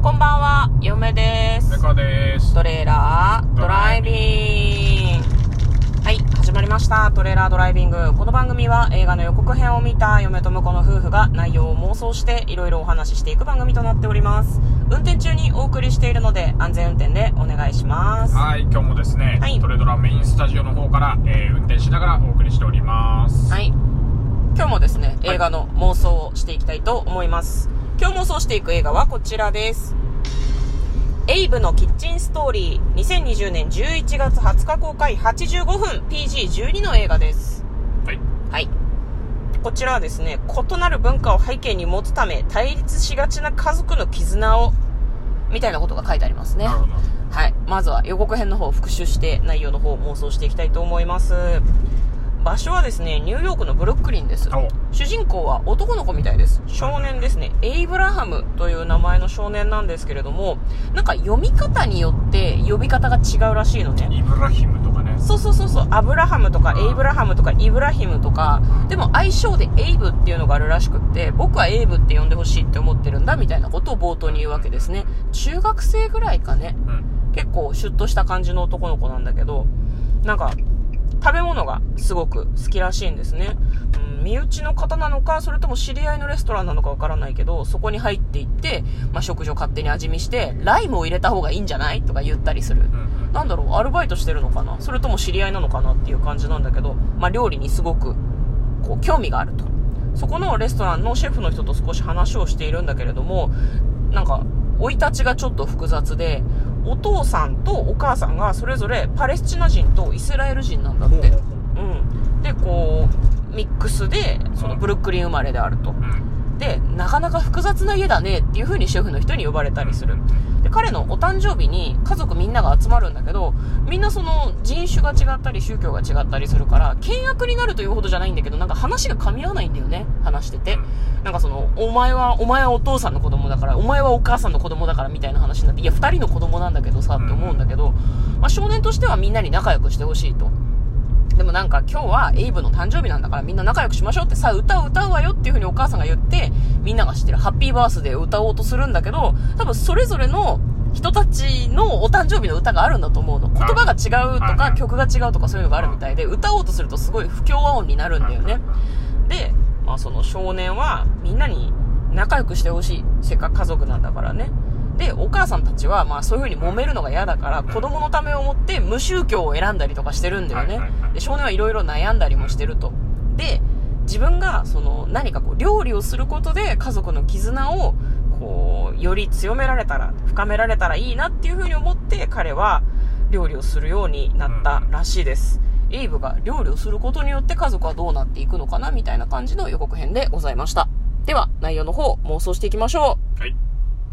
こんばんは、嫁です。 メカです。 トレーラードライビング。はい、始まりました。トレーラードライビング。この番組は映画の予告編を見た嫁と婿の夫婦が内容を妄想していろいろお話ししていく番組となっております。運転中にお送りしているので安全運転でお願いします。 はい、今日もですね、 はい、 トレドラメインスタジオの方から、運転しながらお送りしております。 はい、今日もですね、映画の妄想をしていきたいと思います。今日妄想していく映画はこちらです。エイブのキッチンストーリー、2020年11月20日公開、85分 PG12 の映画です。 はい、 はい、こちらはですね、異なる文化を背景に持つため対立しがちな家族の絆をみたいなことが書いてありますね。 なるほど。 はい、まずは予告編の方を復習して内容の方を妄想していきたいと思います。場所はですね、ニューヨークのブルックリンです。主人公は男の子みたいです。少年ですね。エイブラハムという名前の少年なんですけれども、なんか読み方によって呼び方が違うらしいのね。 イブラヒムとかね。 そう、アブラハムとかエイブラハムとかイブラヒムとか、でも愛称でエイブっていうのがあるらしくって、僕はエイブって呼んでほしいって思ってるんだみたいなことを冒頭に言うわけですね。中学生ぐらいかね。結構シュッとした感じの男の子なんだけど、なんか食べ物がすごく好きらしいんですね。身内の方なのか、それとも知り合いのレストランなのかわからないけど、そこに入っていって、食事を勝手に味見して、ライムを入れた方がいいんじゃないとか言ったりする。なんだろう、アルバイトしてるのかな、それとも知り合いなのかなっていう感じなんだけど、料理にすごくこう興味があると。そこのレストランのシェフの人と少し話をしているんだけれども、なんか生い立ちがちょっと複雑で、お父さんとお母さんがそれぞれパレスチナ人とイスラエル人なんだって。で、こうミックスでそのブルックリン生まれであると。で、なかなか複雑な家だねっていう風にシェフの人に呼ばれたりする。で、彼のお誕生日に家族みんなが集まるんだけど、みんなその人種が違ったり宗教が違ったりするから、倹約になるというほどじゃないんだけど、なんか話が噛み合わないんだよね、話してて。なんかその、お前はお父さんの子供だから、お前はお母さんの子供だからみたいな話になって、いや、二人の子供なんだけどさって思うんだけど、少年としてはみんなに仲良くしてほしいと。でもなんか今日はエイブの誕生日なんだからみんな仲良くしましょうって、さあ歌を歌うわよっていう風にお母さんが言って、みんなが知ってるハッピーバースデーを歌おうとするんだけど、多分それぞれの人たちのお誕生日の歌があるんだと思うの。言葉が違うとか曲が違うとかそういうのがあるみたいで、歌おうとするとすごい不協和音になるんだよね。で、その少年はみんなに仲良くしてほしい。せっかく家族なんだからね。で、お母さんたちはそういう風に揉めるのが嫌だから、子供のためを思って無宗教を選んだりとかしてるんだよね。で、少年はいろいろ悩んだりもしてると。で、自分がその何かこう料理をすることで家族の絆をこうより強められたら、深められたらいいなっていう風に思って、彼は料理をするようになったらしいです。エイブが料理をすることによって家族はどうなっていくのかなみたいな感じの予告編でございました。では内容の方妄想していきましょう。はい。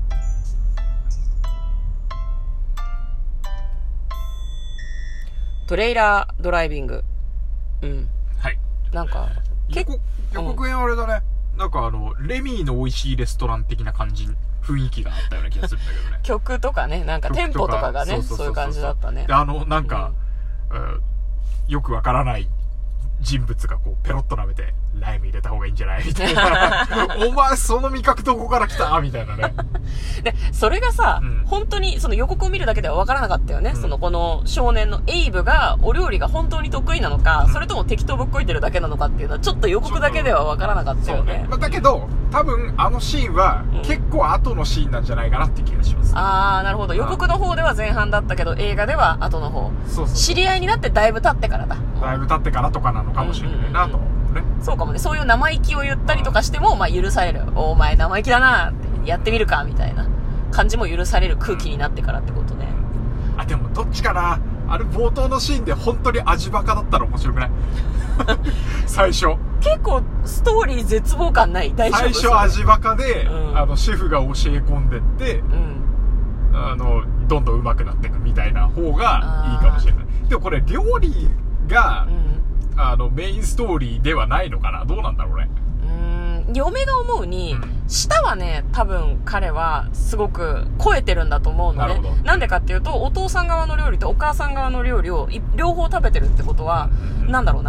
トレーラードライビング。 はい。 なんか予告編あれだね。なんかレミーの美味しいレストラン的な感じ、雰囲気があったような気がするんだけどね。 曲とかね、なんかテンポとかがね、そういう感じだったね。 で、なんか、よくわからない人物がこうペロッと舐めてライム入れた方がいいんじゃないみたいなお前その味覚どこから来たみたいなね。 で、それがさ、本当にその予告を見るだけではわからなかったよね。この少年のエイブがお料理が本当に得意なのか、それとも適当ぶっこいてるだけなのかっていうのはちょっと予告だけではわからなかったよね。 だけど多分シーンは結構後のシーンなんじゃないかなって気がします。 なるほど。予告の方では前半だったけど映画では後の方。知り合いになってだいぶ経ってからだ。 だいぶ経ってからとかなのかもしれないなと思うね。 そうかもね。そういう生意気を言ったりとかしても許される。お前生意気だなってやってみるかみたいな感じも許される空気になってからってことね。 でもどっちかな。冒頭のシーンで本当に味バカだったら面白くない？最初結構ストーリー絶望感ない？大丈夫？ 最初味バカで、シェフが教え込んでって、どんどん上手くなっていくみたいな方がいいかもしれない。でもこれ料理が、メインストーリーではないのかな。どうなんだろうね。 嫁が思うに、舌はね、多分彼はすごく超えてるんだと思うのね。なんでかっていうと、お父さん側の料理とお母さん側の料理を両方食べてるってことは、なんだろうな。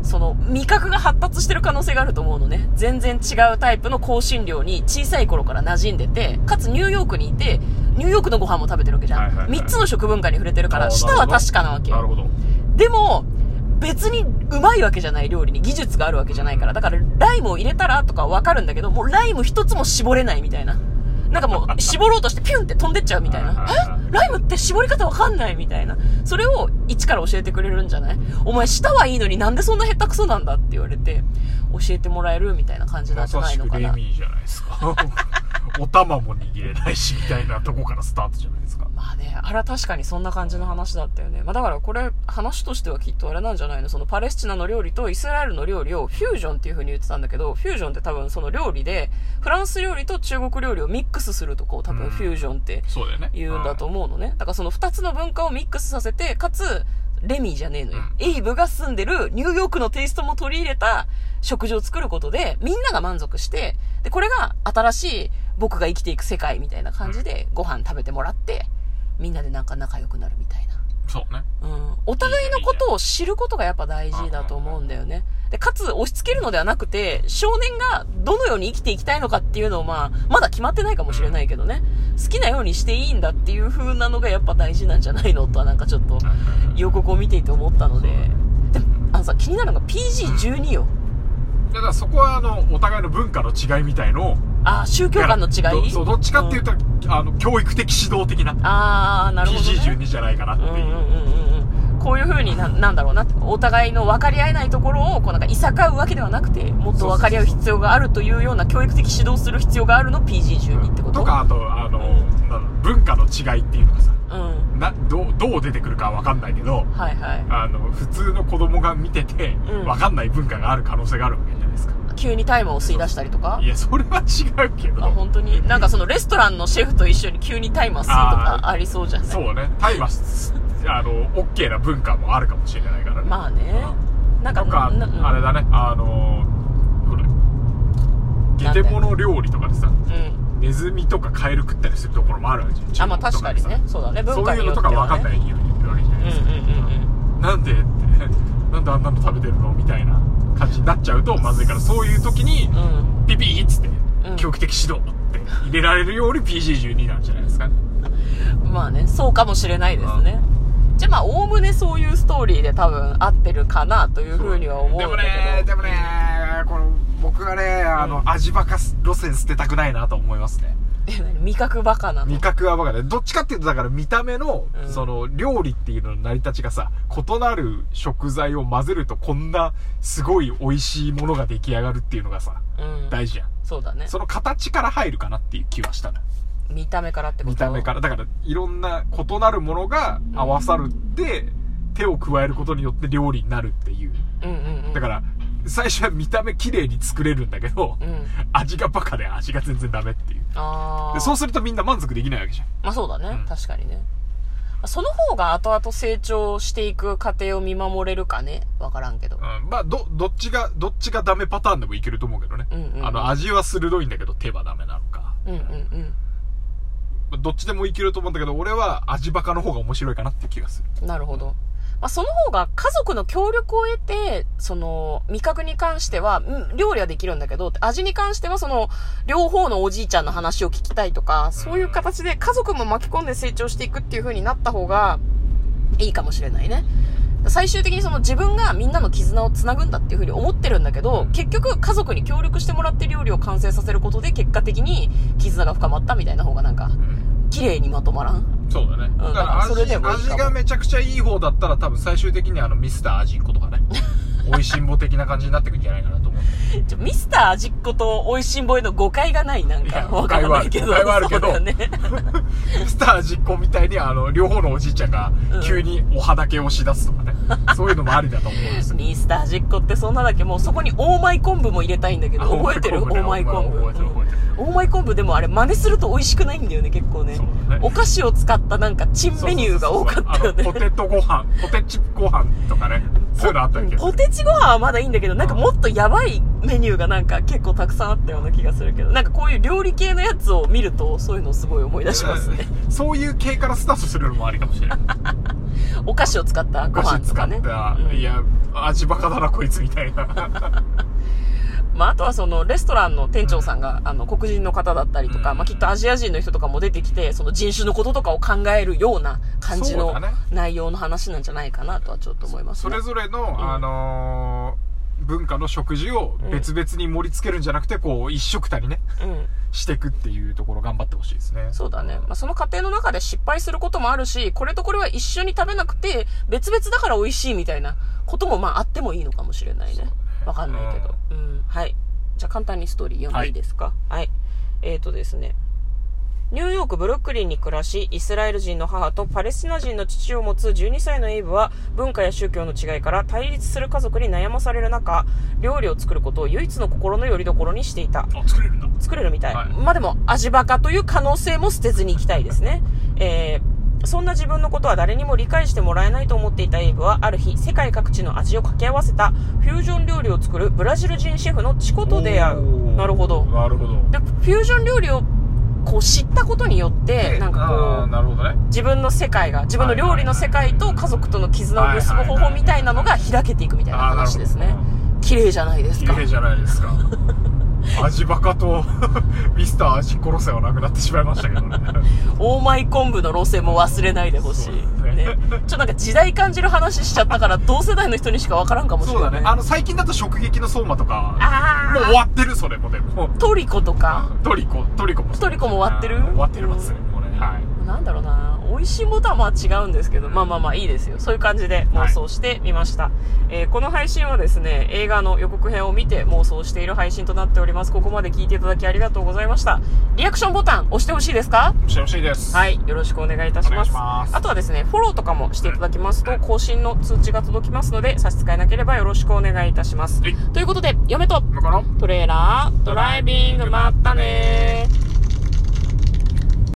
その味覚が発達してる可能性があると思うのね。全然違うタイプの香辛料に小さい頃から馴染んでて、かつニューヨークにいて、ニューヨークのご飯も食べてるわけじゃん。はいはいはい、3つの食文化に触れてるから、舌は確かなわけよ。 なるほど。 でも、別にうまいわけじゃない、料理に技術があるわけじゃないから。だからライムを入れたらとかわかるんだけど、もうライム一つも絞れないみたいな。なんかもう絞ろうとしてピュンって飛んでっちゃうみたいな。ライムって絞り方わかんないみたいな。それを一から教えてくれるんじゃない？お前舌はいいのになんでそんな下手くそなんだって言われて、教えてもらえるみたいな感じなんじゃないのかな。 まさしくレミーじゃないですか。お玉も握れないしみたいなとこからスタートじゃないですか。 まあね、あれは確かにそんな感じの話だったよね。まあだからこれ話としてはきっとあれなんじゃないの？そのパレスチナの料理とイスラエルの料理をフュージョンっていう風に言ってたんだけど、フュージョンって多分その料理でフランス料理と中国料理をミックスするとこを多分フュージョンって言うんだと思うのね。だからその2つの文化をミックスさせて、かつレミーじゃねえのよ。エイブが住んでるニューヨークのテイストも取り入れた食事を作ることでみんなが満足して、でこれが新しい僕が生きていく世界みたいな感じでご飯食べてもらってみんなでなんか仲良くなるみたいな。 そうね。 お互いのことを知ることがやっぱ大事だと思うんだよね。でかつ押し付けるのではなくて、少年がどのように生きていきたいのかっていうのをまだ決まってないかもしれないけどね、好きなようにしていいんだっていう風なのがやっぱ大事なんじゃないのとはなんかちょっと予告を見ていて思ったので。でも気になるのが PG12 よ。 だからそこはお互いの文化の違いみたいのを、 宗教観の違い？ そう、どっちかっていうと、教育的指導的な。 なるほど、ね。 PG12 じゃないかなっていう。 こういう風になんだろうな、お互いの分かり合えないところをなんかいさかうわけではなくて、もっと分かり合う必要があるというような教育的指導する必要があるの PG12 ってこと？ とか、あと文化の違いっていうのがさ、どう出てくるかわかんないけど、 はいはい、 普通の子供が見ててわかんない文化がある可能性があるわけじゃないですか。 急に大麻を吸い出したりとか？ いや、それは違うけど。 本当になんかそのレストランのシェフと一緒に急に大麻吸うとかありそうじゃない？ そうね、大麻オッケーな文化もあるかもしれないからね。 まあね、なんかあれだね、ゲテモノ料理とかでさ、ネズミとかカエル食ったりするところもあるわけじゃん。 まあ確かにね、そうだね、文化によってはね。 そういうのとか分かんないように言ってるわけじゃないですか。なんでなんであんなの食べてるのみたいな感じになっちゃうとまずいから、そういう時にピピーっつって教育的指導って入れられるように PG12 なんじゃないですかね。 まあね、そうかもしれないですね。じゃあおおむねそういうストーリーで多分合ってるかなというふうには思うんだけど。 でもね、この僕はね、味バカ路線捨てたくないなと思いますね。 味覚バカなの？ 味覚はバカで、どっちかっていうとだから見た目の、その料理っていうのの成り立ちがさ、異なる食材を混ぜるとこんなすごい美味しいものが出来上がるっていうのがさ、大事やん。 そうだね。 その形から入るかなっていう気はしたな。 見た目からってこと？ 見た目から。だからいろんな異なるものが合わさるって、手を加えることによって料理になるっていう。だから最初は見た目綺麗に作れるんだけど、味がバカで味が全然ダメっていう。でそうするとみんな満足できないわけじゃん。 まあそうだね、確かにね。その方が後々成長していく過程を見守れるかね、わからんけど。 まあどっちがダメパターンでもいけると思うけどね。味は鋭いんだけど手はダメなのか。どっちでもいけると思うんだけど、俺は味バカの方が面白いかなっていう気がする。 なるほど。その方が家族の協力を得て、その味覚に関しては、料理はできるんだけど、味に関してはその両方のおじいちゃんの話を聞きたいとか、そういう形で家族も巻き込んで成長していくっていう風になった方がいいかもしれないね。最終的にその自分がみんなの絆をつなぐんだっていう風に思ってるんだけど、結局家族に協力してもらって料理を完成させることで結果的に絆が深まったみたいな方がなんか綺麗にまとまらん？ そうだね。だから味がめちゃくちゃいい方だったら多分最終的にミスター味っ子とかね美味しんぼ的な感じになってくるんじゃないかなと思う。 ミスター味っ子と美味しんぼへの誤解がない、なんか分からないけど。 誤解はあるけど、ね、ミスター味っ子みたいに両方のおじいちゃんが急にお肌けをしだすとかね、そういうのもありだと思うんですよ。 ミスター味っ子ってそんなだけ、もうそこにオーマイ昆布も入れたいんだけど、覚えてる？オーマイ昆布。オーマイ昆布でもあれ真似すると美味しくないんだよね、結構ね。お菓子を使ったなんかチンメニューが多かったよね。 ポテチご飯とかね、そういうのあったっけ？ ポテチご飯はまだいいんだけど、なんかもっとやばいメニューがなんか結構たくさんあったような気がするけど、なんかこういう料理系のやつを見るとそういうのをすごい思い出しますね。 そういう系からスタートするのもありかもしれない。 お菓子を使ったご飯とかね。 お菓子使った、いや、味バカだなこいつみたいな。 まあ、あとはそのレストランの店長さんが黒人の方だったりとか、まあ、きっとアジア人の人とかも出てきて、その人種のこととかを考えるような感じの内容の話なんじゃないかなとはちょっと思いますね。 それぞれの、文化の食事を別々に盛り付けるんじゃなくて、こう一食たりね、していくっていうところ頑張ってほしいですね。 そうだね。まあ、その過程の中で失敗することもあるし、これとこれは一緒に食べなくて別々だから美味しいみたいなこともまああってもいいのかもしれないね。わかんないけど。はい。じゃあ簡単にストーリー読んでいいですか？はい。ですね。ニューヨークブルックリンに暮らし、イスラエル人の母とパレスチナ人の父を持つ12歳のエイブは、文化や宗教の違いから対立する家族に悩まされる中、料理を作ることを唯一の心の拠り所にしていた。 作れるんだ。 作れるみたい。まあでも、味バカという可能性も捨てずにいきたいですね。そんな自分のことは誰にも理解してもらえないと思っていたエイブは、ある日、世界各地の味を掛け合わせたフュージョン料理を作るブラジル人シェフのチコと出会う。なるほど。 なるほど。 で、フュージョン料理をこう知ったことによって、なんかこう、 なるほどね、 自分の世界が、自分の料理の世界と家族との絆を結ぶ方法みたいなのが開けていくみたいな話ですね。綺麗じゃないですか。 綺麗じゃないですか。味バカとミスター味殺せはなくなってしまいましたけどね。 オーマイ昆布の路線も忘れないでほしい、ね。ちょっとなんか時代感じる話しちゃったから同世代の人にしか分からんかもしれない。 そうだね。最近だと食撃の相馬とかもう終わってる。それもでもトリコとかトリコも終わってる。 終わってますね、もうね。はい。 なんだろうな、美味しいもとはまあ違うんですけど、まあいいですよ。そういう感じで妄想してみました。この配信はですね、映画の予告編を見て妄想している配信となっております。ここまで聞いていただきありがとうございました。リアクションボタン押してほしいですか？ 押してほしいです。 はい、よろしくお願いいたします。あとはですね、フォローとかもしていただきますと更新の通知が届きますので、差し支えなければよろしくお願いいたします。ということで、嫁とトレーラードライビング、まったねー。